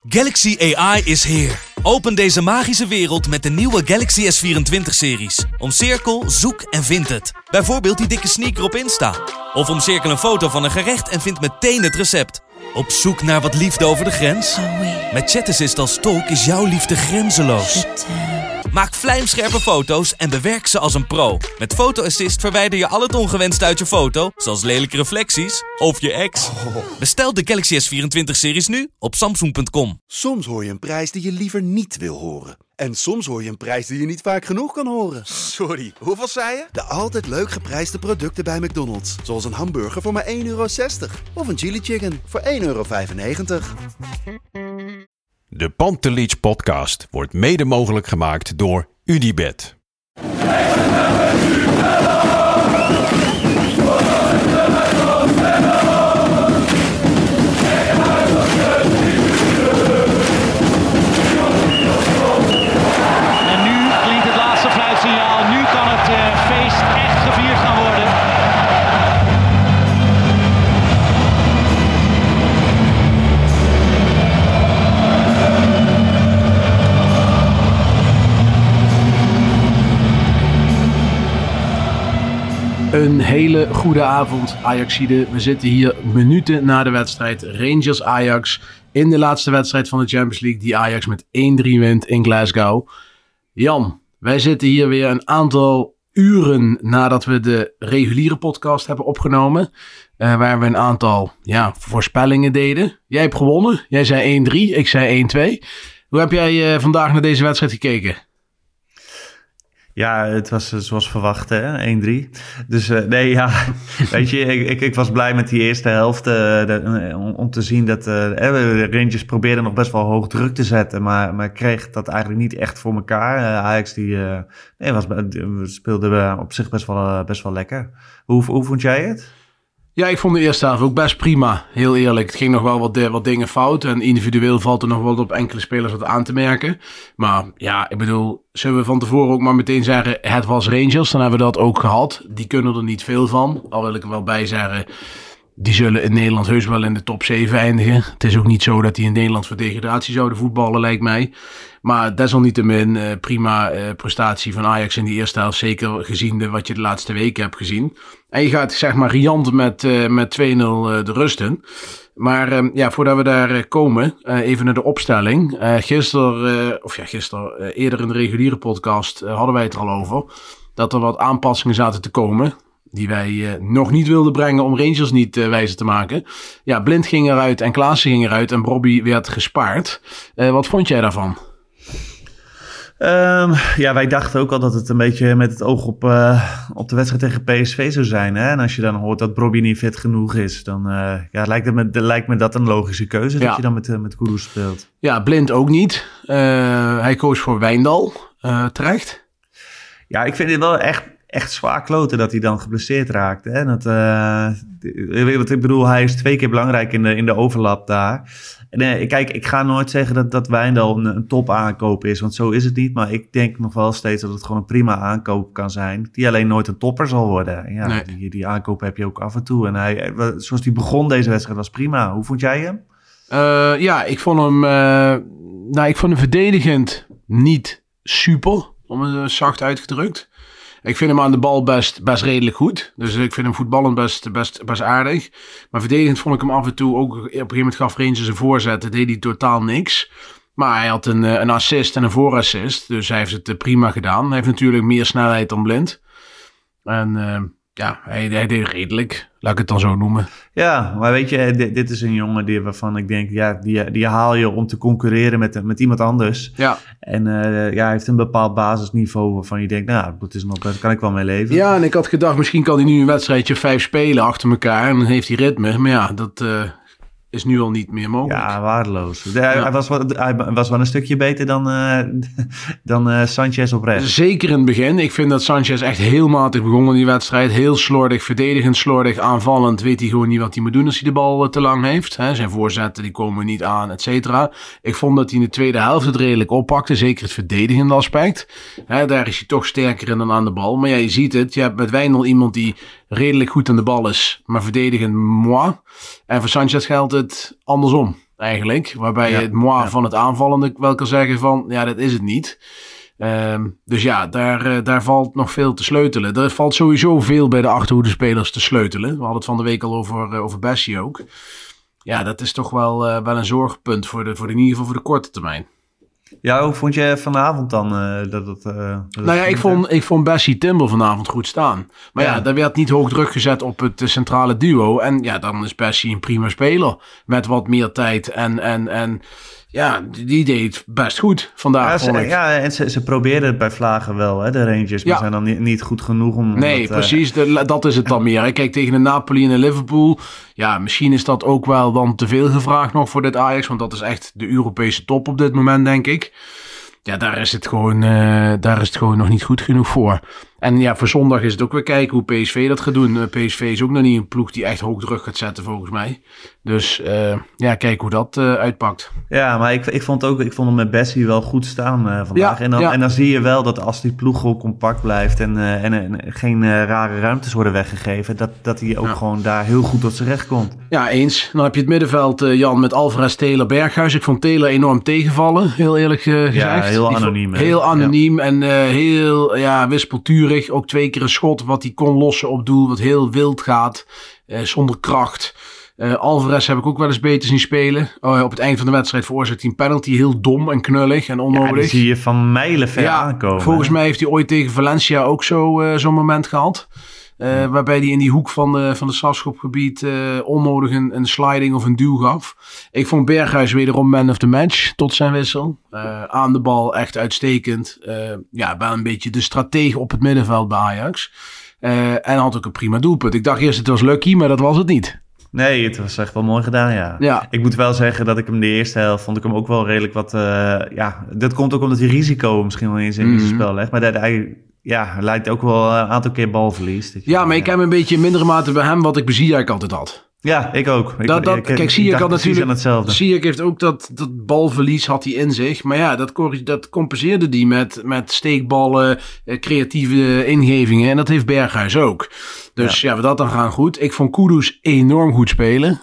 Galaxy AI is here. Open deze magische wereld met de nieuwe Galaxy S24-series. Omcirkel, zoek en vind het. Bijvoorbeeld die dikke sneaker op Insta. Of omcirkel een foto van een gerecht en vind meteen het recept. Op zoek naar wat liefde over de grens? Met Chat Assist als tolk is jouw liefde grenzeloos. Maak vlijmscherpe foto's en bewerk ze als een pro. Met Photo Assist verwijder je al het ongewenst uit je foto, zoals lelijke reflecties of je ex. Bestel de Galaxy S24-series nu op Samsung.com. Soms hoor je een prijs die je liever niet wil horen. En soms hoor je een prijs die je niet vaak genoeg kan horen. Sorry, hoeveel zei je? De altijd leuk geprijsde producten bij McDonald's. Zoals een hamburger voor maar €1,60. Of een chili chicken voor €1,95. De Pantelich podcast wordt mede mogelijk gemaakt door Unibet. Een hele goede avond, Ajaxiden. We zitten hier minuten na de wedstrijd Rangers-Ajax in de laatste wedstrijd van de Champions League die Ajax met 1-3 wint in Glasgow. Jan, wij zitten hier weer een aantal uren nadat we de reguliere podcast hebben opgenomen. Waar we een aantal voorspellingen deden. Jij hebt gewonnen. Jij zei 1-3, ik zei 1-2. Hoe heb jij vandaag naar deze wedstrijd gekeken? Ja, het was zoals verwacht, hè? 1-3. Dus weet je, ik was blij met die eerste helft om te zien dat de Rangers probeerden nog best wel hoog druk te zetten, maar kreeg dat eigenlijk niet echt voor elkaar. Ajax speelde op zich best wel lekker. Hoe vond jij het? Ja, ik vond de eerste helft ook best prima, heel eerlijk. Het ging nog wel wat dingen fout en individueel valt er nog wel op enkele spelers wat aan te merken. Maar ja, ik bedoel, zullen we van tevoren ook maar meteen zeggen, het was Rangers, dan hebben we dat ook gehad. Die kunnen er niet veel van, al wil ik er wel bij zeggen, die zullen in Nederland heus wel in de top 7 eindigen. Het is ook niet zo dat die in Nederland voor degradatie zouden voetballen, lijkt mij. Maar desalniettemin prima prestatie van Ajax in die eerste helft. Zeker gezien wat je de laatste weken hebt gezien. En je gaat zeg maar riant met 2-0 de rust in. Maar voordat we daar komen, even naar de opstelling. Gisteren, eerder in de reguliere podcast hadden wij het er al over. Dat er wat aanpassingen zaten te komen. Die wij nog niet wilden brengen om Rangers niet wijzer te maken. Ja, Blind ging eruit en Klaassen ging eruit en Brobbey werd gespaard. Wat vond jij daarvan? Wij dachten ook al dat het een beetje met het oog op de wedstrijd tegen PSV zou zijn. Hè? En als je dan hoort dat Brobbey niet fit genoeg is, dan lijkt me dat een logische keuze dat je dan met Kudus speelt. Ja, Blind ook niet. Hij koos voor Wijndal, terecht. Ja, ik vind het wel echt zwaar kloten dat hij dan geblesseerd raakt. Hè? Wat ik bedoel, hij is 2 keer belangrijk in de overlap daar. En kijk, ik ga nooit zeggen dat Wijndal een top aankoop is, want zo is het niet. Maar ik denk nog wel steeds dat het gewoon een prima aankoop kan zijn, die alleen nooit een topper zal worden. Ja, nee. Die aankoop heb je ook af en toe. En zoals hij begon deze wedstrijd was prima. Hoe vond jij hem? Ik vond hem verdedigend niet super, om het zacht uitgedrukt. Ik vind hem aan de bal best redelijk goed. Dus ik vind hem voetballend best aardig. Maar verdedigend vond ik hem af en toe ook. Op een gegeven moment gaf Rangers een voorzet. Dat deed hij totaal niks. Maar hij had een assist en een voorassist. Dus hij heeft het prima gedaan. Hij heeft natuurlijk meer snelheid dan Blind. En hij deed redelijk. Laat ik het dan zo noemen. Ja, maar weet je, dit is een jongen waarvan ik denk, die haal je om te concurreren met iemand anders. Ja. En hij heeft een bepaald basisniveau waarvan je denkt, dat is nog best, kan ik wel mee leven. Ja, en ik had gedacht, misschien kan hij nu een wedstrijdje 5 spelen achter elkaar en dan heeft hij ritme. Maar ja, dat is nu al niet meer mogelijk. Ja, waardeloos. Hij was wel een stukje beter dan Sanchez op rechts. Zeker in het begin. Ik vind dat Sanchez echt heel matig begon in die wedstrijd. Heel slordig, verdedigend slordig, aanvallend. Weet hij gewoon niet wat hij moet doen als hij de bal te lang heeft. Zijn voorzetten die komen niet aan, et cetera. Ik vond dat hij in de tweede helft het redelijk oppakte. Zeker het verdedigende aspect. Daar is hij toch sterker in dan aan de bal. Maar ja, je ziet het. Je hebt met Wijndal iemand die redelijk goed aan de bal is. Maar verdedigend moi. En voor Sanchez geldt het andersom. eigenlijk. Waarbij je het moi van het aanvallende wel kan zeggen van, ja, dat is het niet. Dus ja, daar valt nog veel te sleutelen. Er valt sowieso veel bij de achterhoedespelers te sleutelen. We hadden het van de week al over Bessie ook. Ja, dat is toch wel een zorgpunt voor in ieder geval voor de korte termijn. Ja, hoe vond je vanavond dan ik vond Bessie Timber vanavond goed staan. Maar ja, daar werd niet hoog druk gezet op het centrale duo. En ja, dan is Bessie een prima speler. Met wat meer tijd en ja, die deed best goed vandaag. En ze probeerden het bij Vlagen wel, hè, de Rangers. Maar zijn dan niet goed genoeg om... Nee, precies. Dat is het dan meer. Kijk, tegen de Napoli en de Liverpool. Ja, misschien is dat ook wel dan te veel gevraagd nog voor dit Ajax. Want dat is echt de Europese top op dit moment, denk ik. Ja, daar is het gewoon nog niet goed genoeg voor. En ja, voor zondag is het ook weer kijken hoe PSV dat gaat doen. PSV is ook nog niet een ploeg die echt hoog druk gaat zetten, volgens mij. Dus kijk hoe dat uitpakt. Ja, maar ik vond hem met Bessie wel goed staan vandaag. En dan zie je wel dat als die ploeg gewoon compact blijft en geen rare ruimtes worden weggegeven, dat hij ook gewoon daar heel goed tot zijn recht komt. Ja, eens. Dan heb je het middenveld, Jan, met Alvarez, Taylor, Berghuis. Ik vond Taylor enorm tegenvallen, heel eerlijk gezegd. Ja, heel anoniem. Heel anoniem en heel wispelturig. Ook 2 keer een schot wat hij kon lossen op doel, wat heel wild gaat, zonder kracht. Alvarez heb ik ook wel eens beter zien spelen. Op het eind van de wedstrijd veroorzaakt hij een penalty, heel dom en knullig en onnodig. Ja, die zie je van mijlen ver aankomen. Volgens mij heeft hij ooit tegen Valencia ook zo'n moment gehad. Waarbij hij in die hoek van de strafschopgebied onnodig een sliding of een duw gaf. Ik vond Berghuis wederom man of the match tot zijn wissel. Aan de bal echt uitstekend. Wel een beetje de stratege op het middenveld bij Ajax. En had ook een prima doelpunt. Ik dacht eerst het was lucky, maar dat was het niet. Nee, het was echt wel mooi gedaan, ja. Ik moet wel zeggen dat ik hem de eerste helft vond ik hem ook wel redelijk wat... dat komt ook omdat hij risico misschien wel in zijn spel legt. Maar hij lijkt ook wel een aantal keer balverlies. Maar ik heb een beetje in mindere mate bij hem wat ik bij Ziyech altijd had. Ja, ik ook. Kijk, Ziyech had natuurlijk... Ziyech heeft ook dat balverlies had hij in zich. Maar ja, dat compenseerde hij met steekballen, creatieve ingevingen. En dat heeft Berghuis ook. Dus we dat dan gaan goed. Ik vond Kudus enorm goed spelen.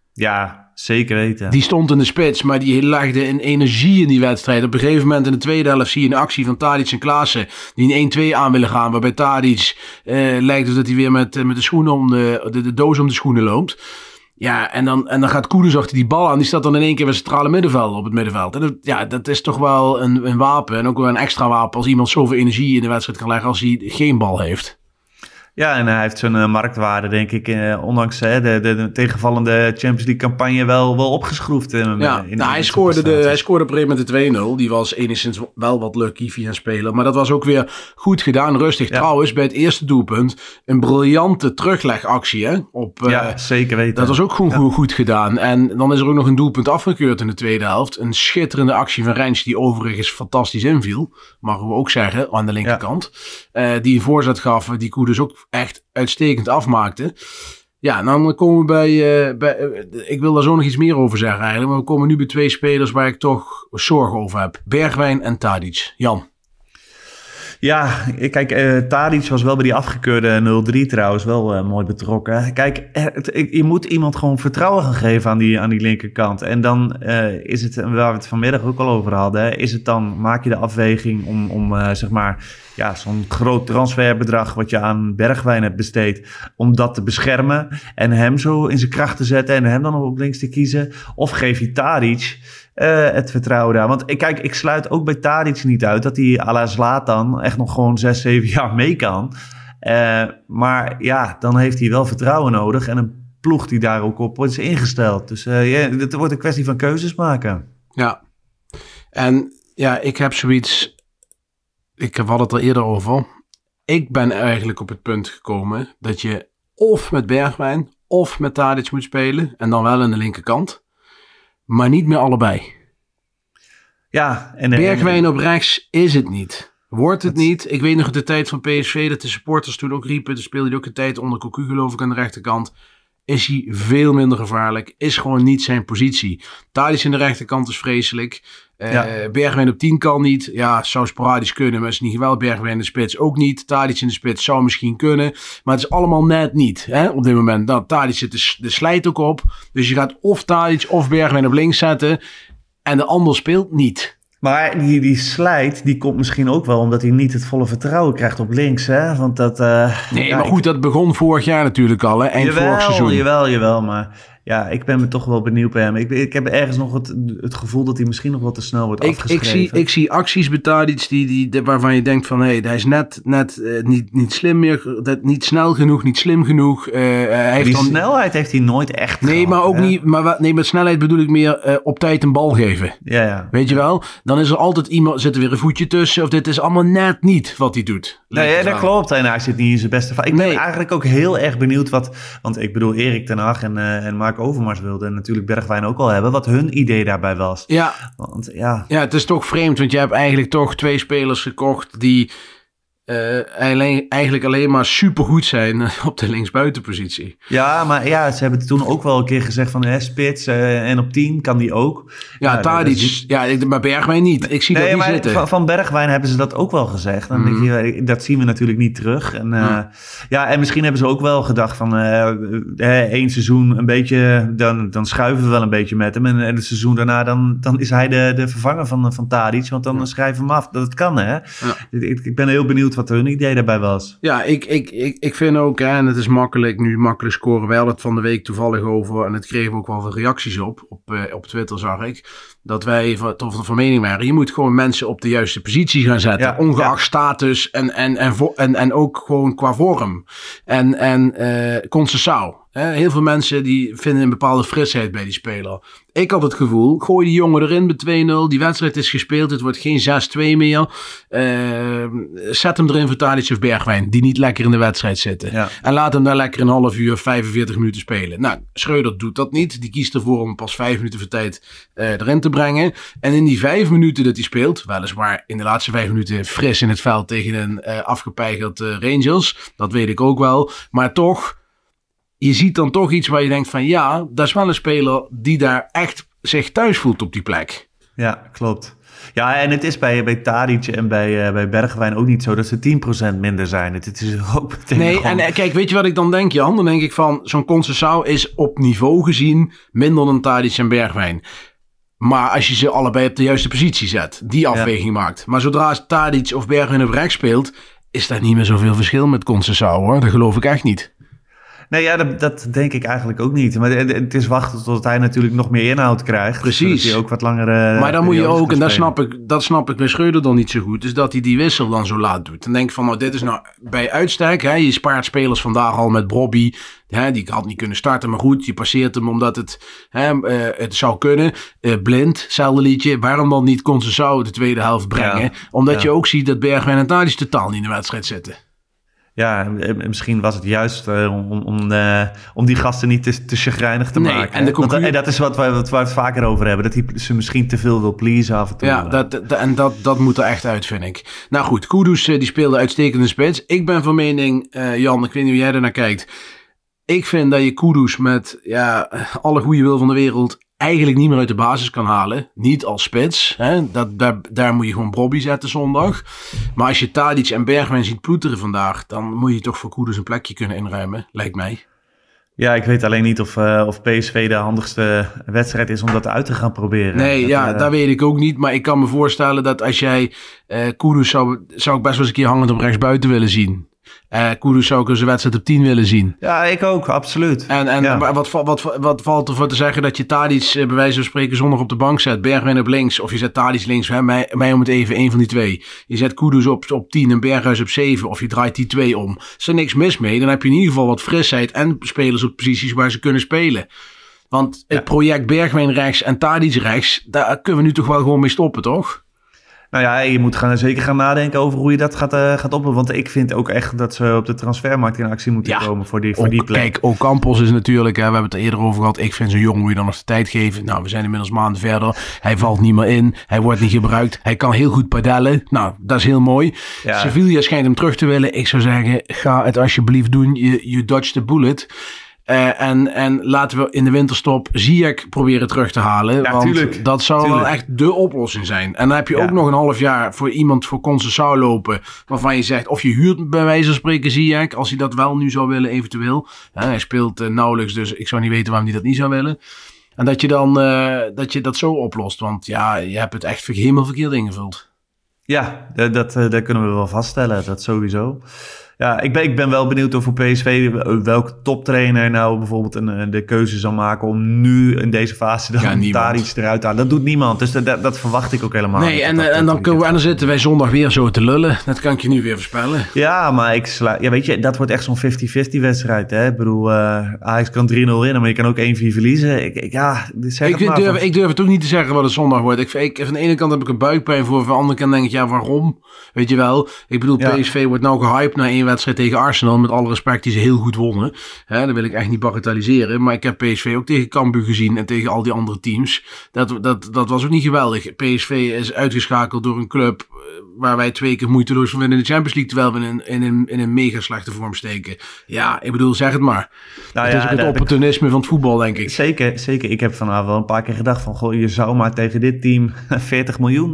Ja, zeker weten. Die stond in de spits, maar die legde een energie in die wedstrijd. Op een gegeven moment in de tweede helft zie je een actie van Tadic en Klaassen die een 1-2 aan willen gaan. Waarbij Tadic lijkt dus dat hij weer met de schoenen om de doos om de schoenen loopt. Ja, en dan gaat Kudus achter die bal aan. Die staat dan in één keer bij het centrale middenveld op het middenveld. En dat is toch wel een wapen. En ook wel een extra wapen als iemand zoveel energie in de wedstrijd kan leggen als hij geen bal heeft. Ja, en hij heeft zijn marktwaarde, denk ik, ondanks de tegenvallende Champions League campagne wel opgeschroefd. Hij scoorde op een gegeven moment de 2-0. Die was enigszins wel wat lucky via een speler. Maar dat was ook weer goed gedaan, rustig. Ja. Trouwens, bij het eerste doelpunt een briljante teruglegactie. Hè? Zeker weten. Dat was ook goed gedaan. En dan is er ook nog een doelpunt afgekeurd in de tweede helft. Een schitterende actie van Rijns die overigens fantastisch inviel. Mogen we ook zeggen, aan de linkerkant. Die een voorzet gaf, die Kudus ook echt uitstekend afmaakte. Ja, dan komen we bij ik wil daar zo nog iets meer over zeggen eigenlijk. Maar we komen nu bij 2 spelers waar ik toch zorgen over heb. Bergwijn en Tadic. Jan. Ja, kijk, Tadic was wel bij die afgekeurde 0-3 trouwens wel mooi betrokken. Kijk, je moet iemand gewoon vertrouwen gaan geven aan die linkerkant. En dan is het, waar we het vanmiddag ook al over hadden, is het dan, maak je de afweging om zeg maar, zo'n groot transferbedrag wat je aan Bergwijn hebt besteed, om dat te beschermen en hem zo in zijn kracht te zetten en hem dan op links te kiezen. Of geef je Tadic het vertrouwen daar. Want ik sluit ook bij Tadic niet uit dat hij à la Zlatan echt nog gewoon 6-7 jaar mee kan. Maar ja, dan heeft hij wel vertrouwen nodig en een ploeg die daar ook op is ingesteld. Dus het wordt een kwestie van keuzes maken. Ja, en ik heb zoiets... Ik had het er eerder over. Ik ben eigenlijk op het punt gekomen dat je of met Bergwijn of met Tadic moet spelen. En dan wel aan de linkerkant. Maar niet meer allebei. Ja, Bergwijn op rechts is het niet. Wordt het niet. Ik weet nog de tijd van PSV dat de supporters toen ook riepen. Toen speelde hij ook een tijd onder Cocu geloof ik aan de rechterkant. is hij veel minder gevaarlijk. Is gewoon niet zijn positie. Tadic in de rechterkant is vreselijk. Bergwijn op 10 kan niet. Ja, zou sporadisch kunnen, maar is niet geweldig. Bergwijn in de spits ook niet. Tadic in de spits zou misschien kunnen. Maar het is allemaal net niet op dit moment. Nou, Tadic zit de slijt ook op. Dus je gaat of Tadic of Bergwijn op links zetten. En de ander speelt niet. Maar die slijt, die komt misschien ook wel omdat hij niet het volle vertrouwen krijgt op links. Hè? Want dat, maar goed, dat begon vorig jaar natuurlijk al. Hè? Eind vorig seizoen. Jawel. Maar ja, ik ben me toch wel benieuwd bij hem. Ik heb ergens nog het gevoel dat hij misschien nog wat te snel wordt afgeschreven. Ik zie acties bij Tadic waarvan je denkt van... hij is net niet slim meer, niet snel genoeg, niet slim genoeg. Snelheid heeft hij nooit echt Nee, gehad, maar ook hè? niet... Maar met snelheid bedoel ik meer op tijd een bal geven. Ja. Weet je wel? Dan is er altijd iemand... Zit er weer een voetje tussen. Of dit is allemaal net niet wat hij doet. Nee, dat klopt. En hij zit niet in zijn beste vaart. Ik ben eigenlijk ook heel erg benieuwd wat... Want ik bedoel, Erik ten Hag en Mark Overmars wilden en natuurlijk Bergwijn ook al hebben, wat hun idee daarbij was. Ja. Want ja, het is toch vreemd, want je hebt eigenlijk toch 2 spelers gekocht die eigenlijk alleen maar supergoed zijn op de linksbuitenpositie. Ja, maar ja, ze hebben toen ook wel een keer gezegd van spits en op 10 kan die ook. Ja, Tadic, maar Bergwijn niet. Ik zie dat niet zitten. Van Bergwijn hebben ze dat ook wel gezegd. Dan denk je, dat zien we natuurlijk niet terug. En, en misschien hebben ze ook wel gedacht van 1 seizoen een beetje, dan schuiven we wel een beetje met hem. En het seizoen daarna, dan is hij de vervanger van Tadic, want dan schrijven we hem af. Dat kan, hè? Ja. Ik ben heel benieuwd wat hun idee daarbij was. Ja, ik vind ook, en het is makkelijk scoren. Wij hadden het van de week toevallig over, en het kregen we ook wel veel reacties op Twitter zag ik, dat wij van mening waren, je moet gewoon mensen op de juiste positie gaan zetten, ongeacht status en ook gewoon qua vorm. En Conceição. Heel veel mensen die vinden een bepaalde frisheid bij die speler. Ik had het gevoel, gooi die jongen erin met 2-0. Die wedstrijd is gespeeld, het wordt geen 6-2 meer. Zet hem erin voor Tadic of Bergwijn, die niet lekker in de wedstrijd zitten. Ja. En laat hem daar lekker een half uur, 45 minuten spelen. Nou, Schreuder doet dat niet. Die kiest ervoor om pas 5 minuten voor tijd erin te brengen. En in die 5 minuten dat hij speelt, weliswaar in de laatste 5 minuten fris in het veld tegen een afgepeigerd Rangers. Dat weet ik ook wel. Maar toch... Je ziet dan toch iets waar je denkt van ja, dat is wel een speler die daar echt zich thuis voelt op die plek. Ja, klopt. Ja, en het is bij Tadic en bij Bergwijn ook niet zo dat ze 10% minder zijn. Het is ook en kijk, weet je wat ik dan denk, Jan? Dan denk ik van, zo'n Conceição is op niveau gezien minder dan Tadic en Bergwijn. Maar als je ze allebei op de juiste positie zet, die afweging maakt. Maar zodra Tadic of Bergwijn op rechts speelt, is daar niet meer zoveel verschil met Conceição, hoor. Dat geloof ik echt niet. Nee, ja, dat denk ik eigenlijk ook niet. Maar het is wachten tot hij natuurlijk nog meer inhoud krijgt. Precies. Zodat hij ook wat langere... Maar dan moet je ook, en dat snap ik bij Schreuder dan niet zo goed, is dat hij die wissel dan zo laat doet. Dan denk ik van, nou, dit is nou bij uitstek, hè, je spaart spelers vandaag al met Bobby, hè, die had niet kunnen starten, maar goed, je passeert hem omdat het zou kunnen. Blind, hetzelfde liedje. Waarom dan niet Conceição de tweede helft brengen? Ja, omdat je ook ziet dat Bergwijn en Tadic totaal niet in de wedstrijd zitten. Ja, misschien was het juist om die gasten niet te chagrijnig te maken. En dat is wat we het vaker over hebben. Dat hij ze misschien te veel wil pleasen af en toe. Ja, dat moet er echt uit, vind ik. Nou goed, Kudus die speelde uitstekende spits. Ik ben van mening, Jan, ik weet niet hoe jij er naar kijkt. Ik vind dat je Kudus met alle goede wil van de wereld eigenlijk niet meer uit de basis kan halen. Niet als spits. Hè? Daar moet je gewoon Bobby zetten zondag. Maar als je Tadic en Bergwijn ziet ploeteren vandaag, dan moet je toch voor Kudus een plekje kunnen inruimen, lijkt mij. Ja, ik weet alleen niet of PSV de handigste wedstrijd is om dat uit te gaan proberen. Nee, dat weet ik ook niet. Maar ik kan me voorstellen dat als jij Kudus zou ik best wel eens een keer hangend op rechtsbuiten willen zien. Kudus zou ik eens een wedstrijd op 10 willen zien. Ja, ik ook, absoluut. Maar wat valt ervoor te zeggen dat je Tadic bij wijze van spreken zondag op de bank zet, Bergwijn op links, of je zet Tadic links, mij om het even één van die twee. Je zet Kudus op 10 en Berghuis op 7, of je draait die 2 om. Is er niks mis mee, dan heb je in ieder geval wat frisheid en spelers op posities waar ze kunnen spelen. Want het project Bergwijn rechts en Tadic rechts, daar kunnen we nu toch wel gewoon mee stoppen, toch? Nou ja, je moet zeker gaan nadenken over hoe je dat gaat oplossen. Want ik vind ook echt dat ze op de transfermarkt in actie moeten komen voor die plek. Kijk, Ocampos is natuurlijk, we hebben het er eerder over gehad. Ik vind zo'n jongen moet je dan nog de tijd geven. Nou, we zijn inmiddels maanden verder. Hij valt niet meer in. Hij wordt niet gebruikt. Hij kan heel goed padellen. Nou, dat is heel mooi. Ja. Sevilla schijnt hem terug te willen. Ik zou zeggen, ga het alsjeblieft doen. You dodge the bullet. En laten we in de winterstop Ziyech proberen terug te halen. Ja, want tuurlijk. dat zou wel echt de oplossing zijn. En dan heb je ook nog een half jaar voor iemand voor Conceição lopen. Waarvan je zegt, of je huurt bij wijze van spreken Ziyech. Als hij dat wel nu zou willen eventueel. Hij speelt nauwelijks, dus ik zou niet weten waarom hij dat niet zou willen. En dat je dan dat je dat zo oplost. Want ja, je hebt het echt helemaal verkeerd ingevuld. Ja, dat kunnen we wel vaststellen. Dat sowieso. Ja, ik ben wel benieuwd of voor PSV welke toptrainer nou bijvoorbeeld de keuze zal maken om nu in deze fase daar iets eruit te halen. Dat doet niemand, dus dat verwacht ik ook helemaal niet. En dan zitten wij zondag weer zo te lullen. Dat kan ik je nu weer voorspellen. Ja, maar weet je, dat wordt echt zo'n 50-50 wedstrijd. Hè? Ik bedoel, Ajax kan 3-0 winnen, maar je kan ook 1-4 verliezen. Ik durf het ook niet te zeggen wat het zondag wordt. Van de ene kant heb ik een buikpijn voor, van de andere kant denk ik, ja, waarom? Weet je wel? Ik bedoel, PSV wordt nou gehyped naar één wedstrijd tegen Arsenal, met alle respect, die ze heel goed wonnen. Dat wil ik echt niet bagatelliseren. Maar ik heb PSV ook tegen Cambuur gezien en tegen al die andere teams. Dat was ook niet geweldig. PSV is uitgeschakeld door een club waar wij 2 keer moeiteloos van winnen in de Champions League, terwijl we in een mega slechte vorm steken. Ja, ik bedoel, zeg het maar. Het is ook het opportunisme van het voetbal, denk ik. Zeker. Ik heb vanavond wel een paar keer gedacht van, goh, je zou maar tegen dit team 40 miljoen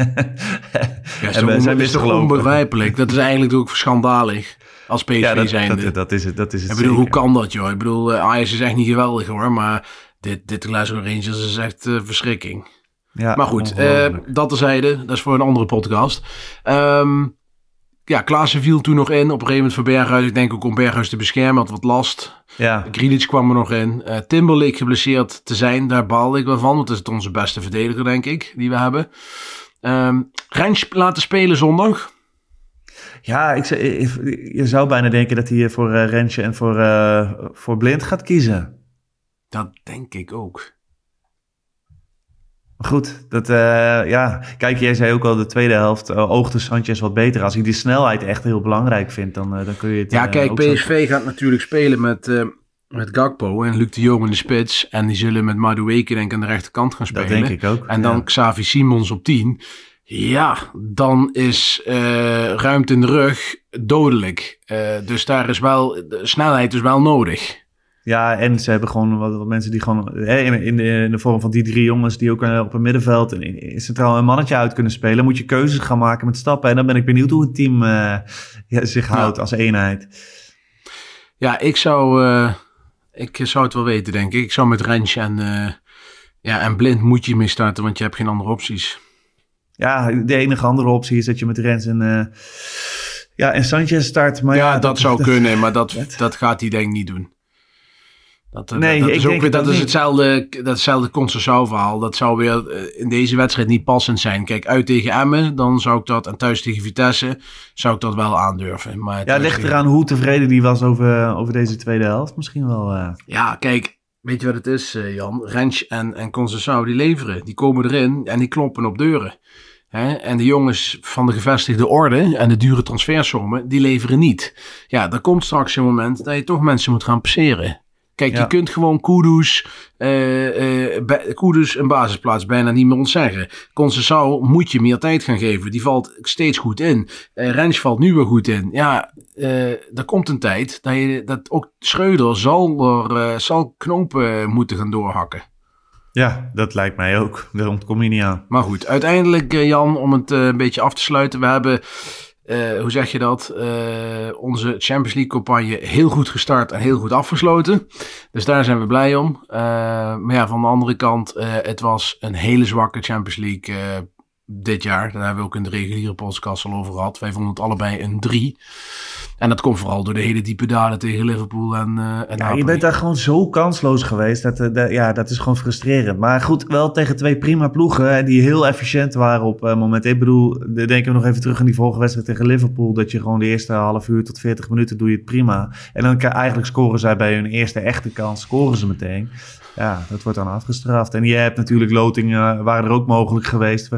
dat is toch onbegrijpelijk. Dat is eigenlijk ook schandalig. Als PSV zijnde. Dat is het. Ik bedoel, hoe kan dat, joh? Ik bedoel, Ajax is echt niet geweldig, hoor. Maar dit Glasgow Rangers is echt verschrikking. Ja, maar goed, dat terzijde. Dat is voor een andere podcast. Klaassen viel toen nog in. Op een gegeven moment voor Berghuis. Ik denk ook om Berghuis te beschermen. Had wat last. Ja. Grealish kwam er nog in. Timber leek geblesseerd te zijn. Daar baalde ik wel van. Want dat is onze beste verdediger, denk ik. Die we hebben. Rens laten spelen zondag. Ja, je zou bijna denken dat hij voor Rensje en voor Blind gaat kiezen. Dat denk ik ook. Goed, kijk, jij zei ook al de tweede helft oogde Sanchez wat beter. Als hij die snelheid echt heel belangrijk vindt, dan kun je het... Ja, kijk, PSV gaat natuurlijk spelen met Gakpo en Luc de Jong in de spits. En die zullen met Madueke denk ik aan de rechterkant gaan spelen. Dat denk ik ook. En dan Xavi Simons op 10. Ja, dan is ruimte in de rug dodelijk. Dus daar is de snelheid is wel nodig. Ja, en ze hebben gewoon wat mensen die gewoon in de vorm van die 3 jongens die ook op het middenveld centraal een mannetje uit kunnen spelen. Moet je keuzes gaan maken met stappen. En dan ben ik benieuwd hoe het team zich houdt als eenheid. Ja, ik zou het wel weten, denk ik. Ik zou met Rens en Blind moet je mee starten, want je hebt geen andere opties. Ja, de enige andere optie is dat je met Rens en Sanchez start. Maar dat zou kunnen, maar dat gaat hij denk ik niet doen. Dat is hetzelfde Conceição verhaal. Dat zou weer in deze wedstrijd niet passend zijn. Kijk, uit tegen Emmen, dan zou ik dat, en thuis tegen Vitesse, zou ik dat wel aandurven. Maar ja, ligt eraan hoe tevreden die was over deze tweede helft. Misschien wel. Ja, kijk, weet je wat het is, Jan? Rens en Conceição, die leveren. Die komen erin en die kloppen op deuren. En de jongens van de gevestigde orde en de dure transfersommen, die leveren niet. Ja, er komt straks een moment dat je toch mensen moet gaan passeren. Kijk, je kunt gewoon Kudus een basisplaats bijna niet meer ontzeggen. Conceição moet je meer tijd gaan geven. Die valt steeds goed in. Rens valt nu weer goed in. Ja, er komt een tijd dat ook Schreuder zal knopen moeten gaan doorhakken. Ja, dat lijkt mij ook. Daar ontkom je niet aan. Maar goed, uiteindelijk Jan, om het een beetje af te sluiten. We hebben... hoe zeg je dat? Onze Champions League campagne heel goed gestart en heel goed afgesloten. Dus daar zijn we blij om. Maar ja, van de andere kant, het was een hele zwakke Champions League dit jaar. Daar hebben we ook in de reguliere podcast al over gehad. Wij vonden het allebei een 3. En dat komt vooral door de hele diepe dalen tegen Liverpool en Napoli. Je bent daar gewoon zo kansloos geweest. Dat is gewoon frustrerend. Maar goed, wel tegen 2 prima ploegen die heel efficiënt waren op momenten. Ik bedoel, denken we nog even terug aan die vorige wedstrijd tegen Liverpool. Dat je gewoon de eerste half uur tot 40 minuten doe je het prima. En dan eigenlijk scoren zij bij hun eerste echte kans, scoren ze meteen. Ja, dat wordt dan afgestraft. En je hebt natuurlijk lotingen, waren er ook mogelijk geweest, waarin je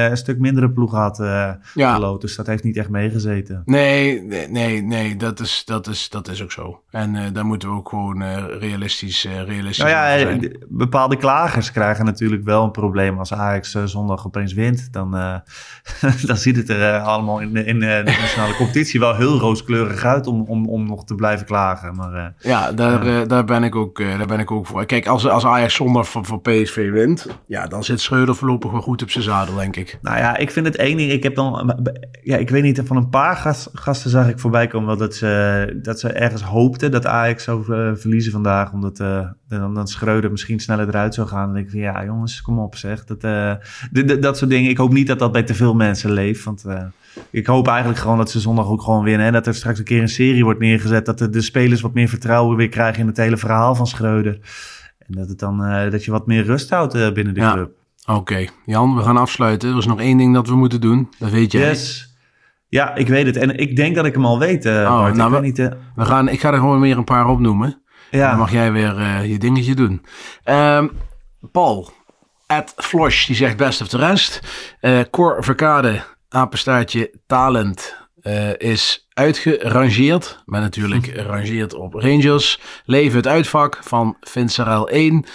een stuk mindere ploeg had geloot. Dus dat heeft niet echt meegezeten. Nee, dat is ook zo. En daar moeten we ook gewoon realistisch zijn. Bepaalde klagers krijgen natuurlijk wel een probleem als Ajax zondag opeens wint. Dan ziet het er allemaal in de nationale competitie wel heel rooskleurig uit om nog te blijven klagen. Maar, daar ben ik ook voor. Kijk, als Ajax zondag voor PSV wint, ja, dan zit Schreuder voorlopig wel goed op zijn zadel, denk ik. Nou ja, ik vind het één ding. Ik weet niet, van een paar gasten zag ik voorbij komen dat ze ergens hoopten dat Ajax zou verliezen vandaag, omdat dan Schreuder misschien sneller eruit zou gaan. Dan denk ik van, ja jongens, kom op zeg. Dat soort dingen. Ik hoop niet dat dat bij te veel mensen leeft, want ik hoop eigenlijk gewoon dat ze zondag ook gewoon winnen. En dat er straks een keer een serie wordt neergezet, dat de spelers wat meer vertrouwen weer krijgen in het hele verhaal van Schreuder. En dat je wat meer rust houdt binnen de club. Oké, Jan, we gaan afsluiten. Er is nog één ding dat we moeten doen. Dat weet jij. Yes. Ja, ik weet het. En ik denk dat ik hem al weet. Bart. Ik ga er gewoon weer een paar opnoemen. Ja. Dan mag jij weer je dingetje doen. Paul, @Flosh, die zegt best of the rest. Cor Verkade, apenstaartje talent, is uitgerangeerd. Maar natuurlijk rangeert op Rangers. Leven het uitvak van Vincent 1.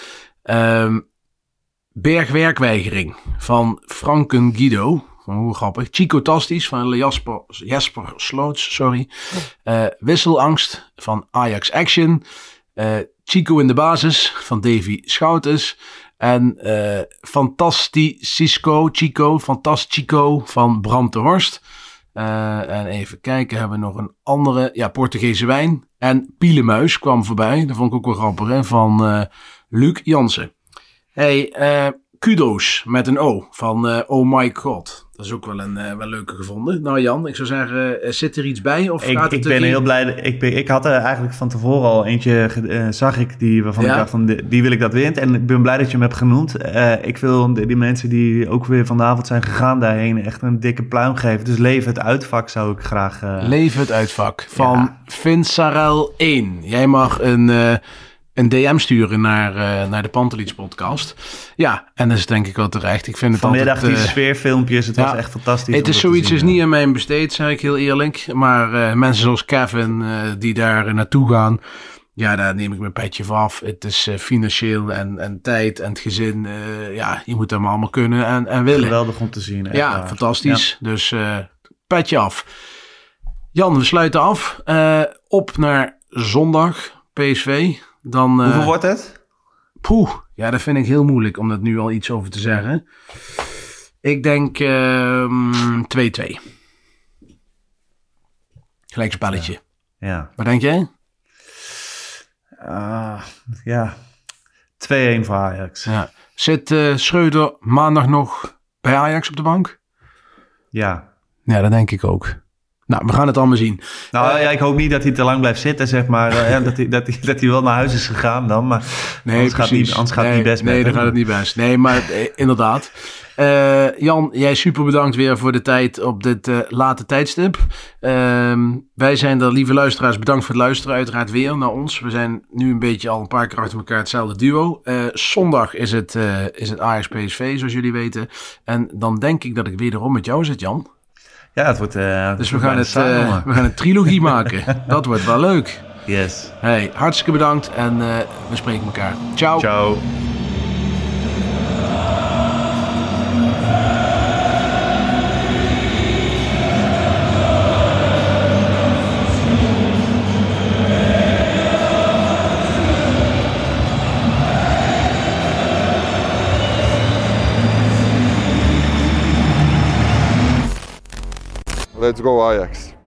Bergwerkweigering van Franken Guido. Hoe grappig. Chico Tasties van Jasper Sloots. Sorry. Wisselangst van Ajax Action. Chico in de basis van Davy Schoutes. En Fantastico van Bram de Horst. En even kijken, hebben we nog een andere. Ja, Portugese wijn. En Pielemuis kwam voorbij. Dat vond ik ook wel grappig, hè, van Luc Jansen. Hey, kudo's met een O van Oh My God. Dat is ook wel een leuke gevonden. Nou Jan, ik zou zeggen, zit er iets bij? Of gaat het ik ben heel blij. Ik had er eigenlijk van tevoren al eentje, zag ik die waarvan ik dacht van die wil ik dat wint. En ik ben blij dat je hem hebt genoemd. Ik wil die mensen die ook weer vanavond zijn gegaan daarheen echt een dikke pluim geven. Dus Leven het uitvak zou ik graag... Leven het uitvak van Vinsarel 1. Jij mag een DM sturen naar de Panteliets podcast. Ja, en dat is denk ik wel terecht. Ik vind het vanmiddag altijd... die sfeerfilmpjes, het was echt fantastisch. Het is zoiets is niet aan mij besteed, zeg ik heel eerlijk. Maar mensen zoals Kevin die daar naartoe gaan, ja, daar neem ik mijn petje van af. Het is financieel en tijd en het gezin. Je moet hem allemaal kunnen en willen. Geweldig om te zien. Echt waar. Fantastisch. Ja. Dus petje af. Jan, we sluiten af. Op naar zondag, PSV. Dan, hoeveel wordt het? Ja, dat vind ik heel moeilijk om dat nu al iets over te zeggen. Ik denk 2-2. Gelijk spelletje. Ja. Wat denk jij? 2-1 voor Ajax. Ja. Zit Schreuder maandag nog bij Ajax op de bank? Ja. Ja, dat denk ik ook. Nou, we gaan het allemaal zien. Nou ik hoop niet dat hij te lang blijft zitten, zeg maar. Dat hij wel naar huis is gegaan dan. Maar anders gaat het niet best met hem. Nee, dan gaat het niet best. Nee, maar inderdaad. Jan, jij super bedankt weer voor de tijd op dit late tijdstip. Wij zijn er, lieve luisteraars, bedankt voor het luisteren. Uiteraard weer naar ons. We zijn nu een beetje al een paar keer achter elkaar hetzelfde duo. Zondag is het Ajax PSV, zoals jullie weten. En dan denk ik dat ik wederom met jou zit, Jan. Ja, het wordt... dus we gaan een trilogie maken. Dat wordt wel leuk. Yes. Hey, hartstikke bedankt en we spreken elkaar. Ciao. Ciao. Let's go Ajax.